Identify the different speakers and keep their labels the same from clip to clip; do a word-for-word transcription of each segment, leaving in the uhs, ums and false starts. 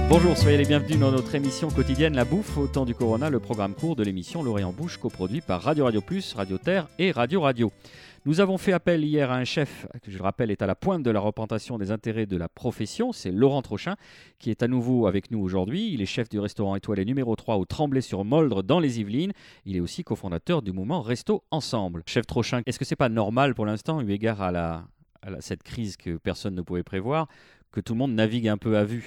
Speaker 1: Bonjour, soyez les bienvenus dans notre émission quotidienne La Bouffe au temps du Corona, le programme court de l'émission L'Oreille en Bouche, coproduit par Radio Radio Plus, Radio Terre et Radio Radio. Nous avons fait appel hier à un chef, que je le rappelle est à la pointe de la représentation des intérêts de la profession, c'est Laurent Trochin, qui est à nouveau avec nous aujourd'hui. Il est chef du restaurant étoilé numéro trois au Tremblay-sur-Moldre dans les Yvelines. Il est aussi cofondateur du mouvement Resto Ensemble. Chef Trochin, est-ce que c'est pas normal pour l'instant, eu égard à, la, à la, cette crise que personne ne pouvait prévoir, que tout le monde navigue un peu à vue ?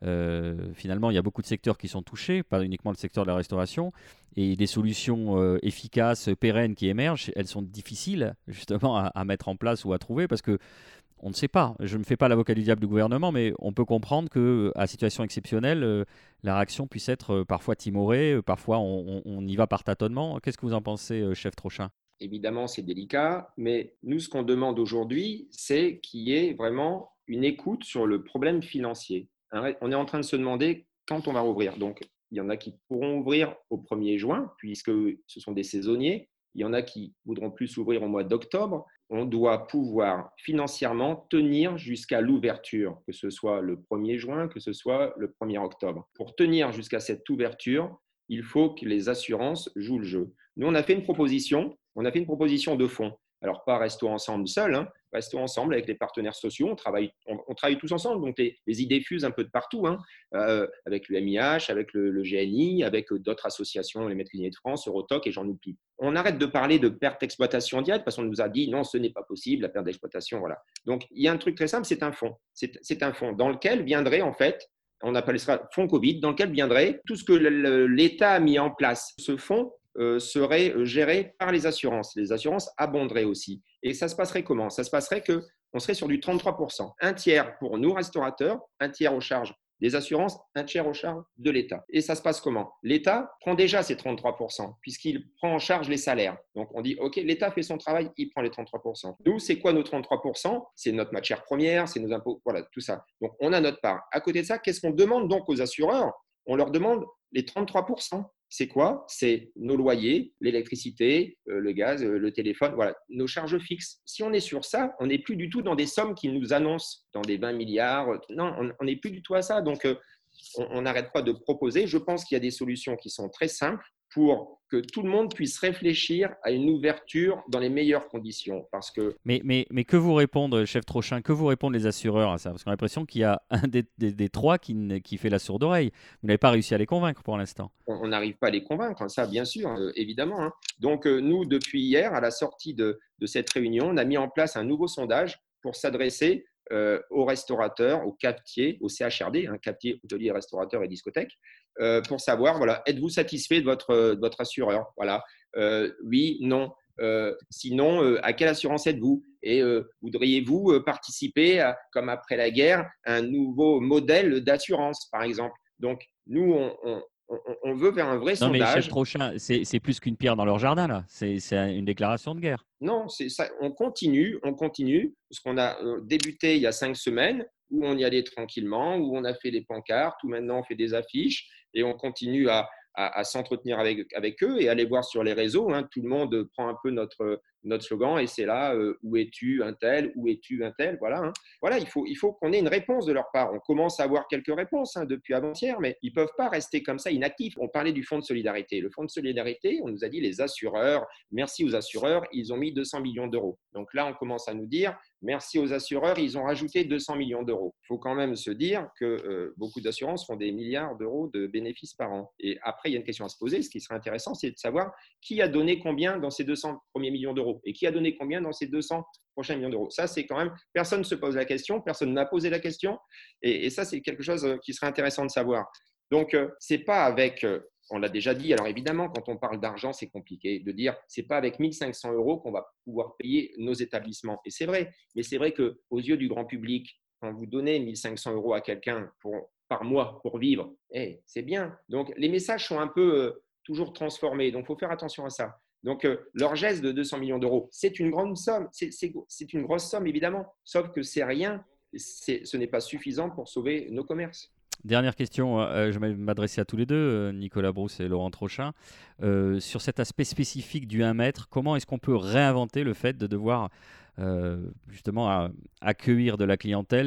Speaker 1: Euh, finalement, il y a beaucoup de secteurs qui sont touchés, pas uniquement le secteur de la restauration, et des solutions euh, efficaces, pérennes qui émergent, elles sont difficiles justement à, à mettre en place ou à trouver parce que on ne sait pas. Je ne fais pas l'avocat du diable du gouvernement, mais on peut comprendre que à situation exceptionnelle, euh, la réaction puisse être euh, parfois timorée, euh, parfois on, on, on y va par tâtonnement. Qu'est-ce que vous en pensez, euh, chef Trochin ?
Speaker 2: Évidemment, c'est délicat, mais nous, ce qu'on demande aujourd'hui, c'est qu'il y ait vraiment une écoute sur le problème financier. On est en train de se demander quand on va rouvrir. Donc, il y en a qui pourront ouvrir au premier juin, puisque ce sont des saisonniers. Il y en a qui voudront plus ouvrir au mois d'octobre. On doit pouvoir financièrement tenir jusqu'à l'ouverture, que ce soit le premier juin, que ce soit le premier octobre. Pour tenir jusqu'à cette ouverture, il faut que les assurances jouent le jeu. Nous, on a fait une proposition, on a fait une proposition de fonds. Alors, pas Resto Ensemble seul, hein, Resto Ensemble avec les partenaires sociaux, on travaille, on, on travaille tous ensemble, donc les, les idées fusent un peu de partout, hein, euh, avec l'U M I H, avec le, le G N I, avec d'autres associations, les Maîtres Cuisiniers de France, Eurotoc et j'en oublie. On arrête de parler de perte d'exploitation directe parce qu'on nous a dit non, ce n'est pas possible, la perte d'exploitation, voilà. Donc, il y a un truc très simple, c'est un fonds. C'est, c'est un fonds dans lequel viendrait en fait, on appelle ça fonds Covid, dans lequel viendrait tout ce que le, l'État a mis en place. Ce fonds euh, serait géré par les assurances. Les assurances abonderaient aussi. Et ça se passerait comment ? Ça se passerait qu'on serait sur du trente-trois pour cent. Un tiers pour nous, restaurateurs, un tiers aux charges des assurances, un tiers aux charges de l'État. Et ça se passe comment ? L'État prend déjà ces trente-trois pour cent puisqu'il prend en charge les salaires. Donc, on dit, OK, l'État fait son travail, il prend les trente-trois pour cent. Nous, c'est quoi nos trente-trois pour cent ? C'est notre matière première, c'est nos impôts, voilà, tout ça. Donc, on a notre part. À côté de ça, qu'est-ce qu'on demande donc aux assureurs ? On leur demande les trente-trois pour cent. C'est quoi ? C'est nos loyers, l'électricité, euh, le gaz, euh, le téléphone, voilà, nos charges fixes. Si on est sur ça, on n'est plus du tout dans des sommes qu'ils nous annoncent, dans des vingt milliards. Non, on n'est plus du tout à ça. Donc, euh, on n'arrête pas de proposer. Je pense qu'il y a des solutions qui sont très simples pour que tout le monde puisse réfléchir à une ouverture dans les meilleures conditions. Parce que...
Speaker 1: mais, mais, mais que vous répondent, chef Trochin, que vous répondent les assureurs à ça ? Parce qu'on a l'impression qu'il y a un des, des, des trois qui, qui fait la sourde oreille. Vous n'avez pas réussi à les convaincre pour l'instant.
Speaker 2: On n'arrive pas à les convaincre, ça bien sûr, euh, évidemment. Hein. Donc euh, nous, depuis hier, à la sortie de, de cette réunion, on a mis en place un nouveau sondage pour s'adresser euh, aux restaurateurs, aux cafetiers, aux C H R D, hein, cafetiers, hôteliers, restaurateurs et discothèques, euh, pour savoir, voilà, êtes-vous satisfait de votre, de votre assureur ? Voilà, euh, oui, non. Euh, sinon, euh, à quelle assurance êtes-vous ? Et euh, voudriez-vous euh, participer, à, comme après la guerre, à un nouveau modèle d'assurance, par exemple ? Donc, nous, on, on, on, on veut faire un vrai
Speaker 1: Non, mais chef
Speaker 2: sondage.
Speaker 1: Trochin, c'est, c'est plus qu'une pierre dans leur jardin, là. C'est, c'est une déclaration de guerre.
Speaker 2: Non, c'est ça, on continue, on continue, parce qu'on a euh, débuté il y a cinq semaines, où on y allait tranquillement, où on a fait des pancartes, où maintenant on fait des affiches, et on continue à, à, à s'entretenir avec, avec eux et aller voir sur les réseaux. Hein, tout le monde prend un peu notre, notre slogan, et c'est là, euh, où es-tu un tel, où es-tu un tel, voilà. Hein. Voilà, il faut, il faut qu'on ait une réponse de leur part. On commence à avoir quelques réponses hein, depuis avant-hier, mais ils ne peuvent pas rester comme ça inactifs. On parlait du fonds de solidarité. Le fonds de solidarité, on nous a dit les assureurs, merci aux assureurs, ils ont mis deux cents millions d'euros. Donc là, on commence à nous dire, merci aux assureurs, ils ont rajouté deux cents millions d'euros. Il faut quand même se dire que euh, beaucoup d'assurances font des milliards d'euros de bénéfices par an. Et après, il y a une question à se poser. Ce qui serait intéressant, c'est de savoir qui a donné combien dans ces deux cents premiers millions d'euros et qui a donné combien dans ces deux cents prochains millions d'euros. Ça, c'est quand même, personne ne se pose la question, personne n'a posé la question. Et, et ça, c'est quelque chose qui serait intéressant de savoir. Donc, euh, ce n'est pas avec... Euh, on l'a déjà dit, alors évidemment, quand on parle d'argent, c'est compliqué de dire c'est pas avec mille cinq cents euros qu'on va pouvoir payer nos établissements. Et c'est vrai, mais c'est vrai qu'aux yeux du grand public, quand vous donnez mille cinq cents euros à quelqu'un pour, par mois pour vivre, hey, c'est bien. Donc, les messages sont un peu euh, toujours transformés. Donc, il faut faire attention à ça. Donc, euh, leur geste de deux cents millions d'euros, c'est une grande somme. C'est, c'est, c'est une grosse somme, évidemment. Sauf que c'est rien. C'est, ce n'est pas suffisant pour sauver nos commerces.
Speaker 1: Dernière question, euh, je vais m'adresser à tous les deux, euh, Nicolas Brousse et Laurent Trochin. Euh, sur cet aspect spécifique du un mètre, comment est-ce qu'on peut réinventer le fait de devoir euh, justement à, accueillir de la clientèle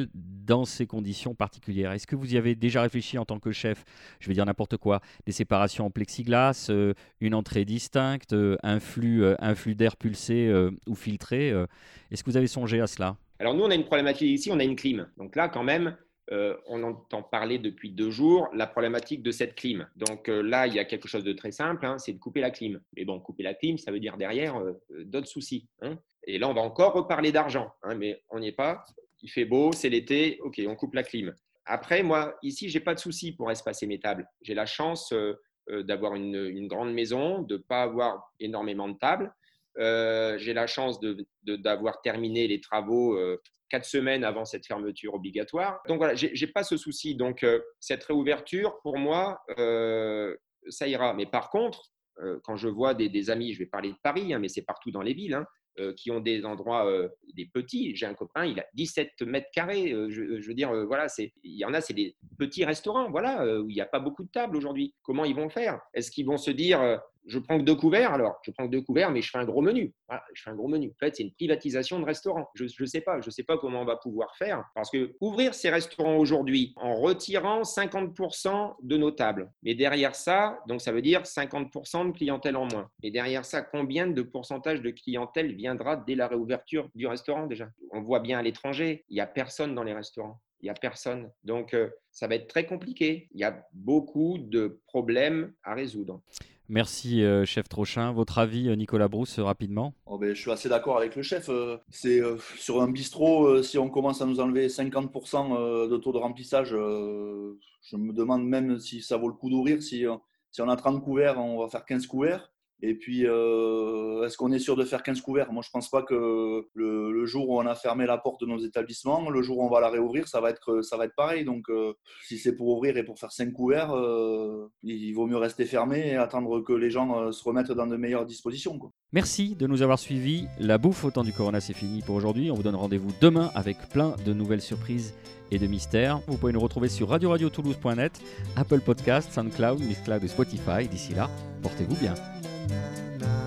Speaker 1: dans ces conditions particulières. Est-ce que vous y avez déjà réfléchi en tant que chef? Je vais dire n'importe quoi. Des séparations en plexiglas, euh, une entrée distincte, euh, un flux, euh, un flux d'air pulsé euh, ou filtré. euh. Est-ce que vous avez songé à cela?
Speaker 2: Alors nous, on a une problématique ici, on a une clim. Donc là, quand même, euh, on entend parler depuis deux jours la problématique de cette clim. Donc euh, là, il y a quelque chose de très simple, hein, c'est de couper la clim. Mais bon, couper la clim, ça veut dire derrière euh, d'autres soucis. Hein. Et là, on va encore reparler d'argent, hein, mais on n'y est pas. Il fait beau, c'est l'été, ok, on coupe la clim. Après, moi, ici, je n'ai pas de souci pour espacer mes tables. J'ai la chance euh, euh, d'avoir une, une grande maison, de ne pas avoir énormément de tables. Euh, j'ai la chance de, de, d'avoir terminé les travaux euh, quatre semaines avant cette fermeture obligatoire. Donc voilà, je n'ai pas ce souci. Donc euh, cette réouverture, pour moi, euh, ça ira. Mais par contre, euh, quand je vois des, des amis, je vais parler de Paris, hein, mais c'est partout dans les villes, hein, euh, qui ont des endroits, euh, des petits. J'ai un copain, il a dix-sept mètres carrés. Euh, je, je veux dire, euh, voilà, c'est, il y en a, c'est des petits restaurants, voilà, euh, où il n'y a pas beaucoup de tables aujourd'hui. Comment ils vont faire? Est-ce qu'ils vont se dire… Euh, je prends que deux couverts, alors je prends que deux couverts, mais je fais un gros menu. Voilà, je fais un gros menu. En fait, c'est une privatisation de restaurants. Je ne sais pas, je sais pas comment on va pouvoir faire. Parce que ouvrir ces restaurants aujourd'hui en retirant cinquante pour cent de nos tables. Mais derrière ça, donc ça veut dire cinquante pour cent de clientèle en moins. Et derrière ça, combien de pourcentage de clientèle viendra dès la réouverture du restaurant déjà? On voit bien à l'étranger, il n'y a personne dans les restaurants. Il n'y a personne. Donc, euh, ça va être très compliqué. Il y a beaucoup de problèmes à résoudre.
Speaker 1: Merci, euh, chef Trochin. Votre avis, euh, Nicolas Brousse, euh, rapidement?
Speaker 3: Oh ben, je suis assez d'accord avec le chef. Euh, c'est, euh, sur un bistrot, euh, si on commence à nous enlever cinquante pour cent euh, de taux de remplissage, euh, je me demande même si ça vaut le coup d'ouvrir. Si, euh, si on a trente couverts, on va faire quinze couverts. Et puis, euh, est-ce qu'on est sûr de faire quinze couverts? Moi, je ne pense pas que le, le jour où on a fermé la porte de nos établissements, le jour où on va la réouvrir, ça va être, ça va être pareil. Donc, euh, si c'est pour ouvrir et pour faire cinq couverts, euh, il vaut mieux rester fermé et attendre que les gens euh, se remettent dans de meilleures dispositions, quoi.
Speaker 1: Merci de nous avoir suivis. La bouffe au temps du Corona, c'est fini pour aujourd'hui. On vous donne rendez-vous demain avec plein de nouvelles surprises et de mystères. Vous pouvez nous retrouver sur radio radio toulouse point net, Apple Podcasts, SoundCloud, Mixcloud et Spotify. D'ici là, portez-vous bien.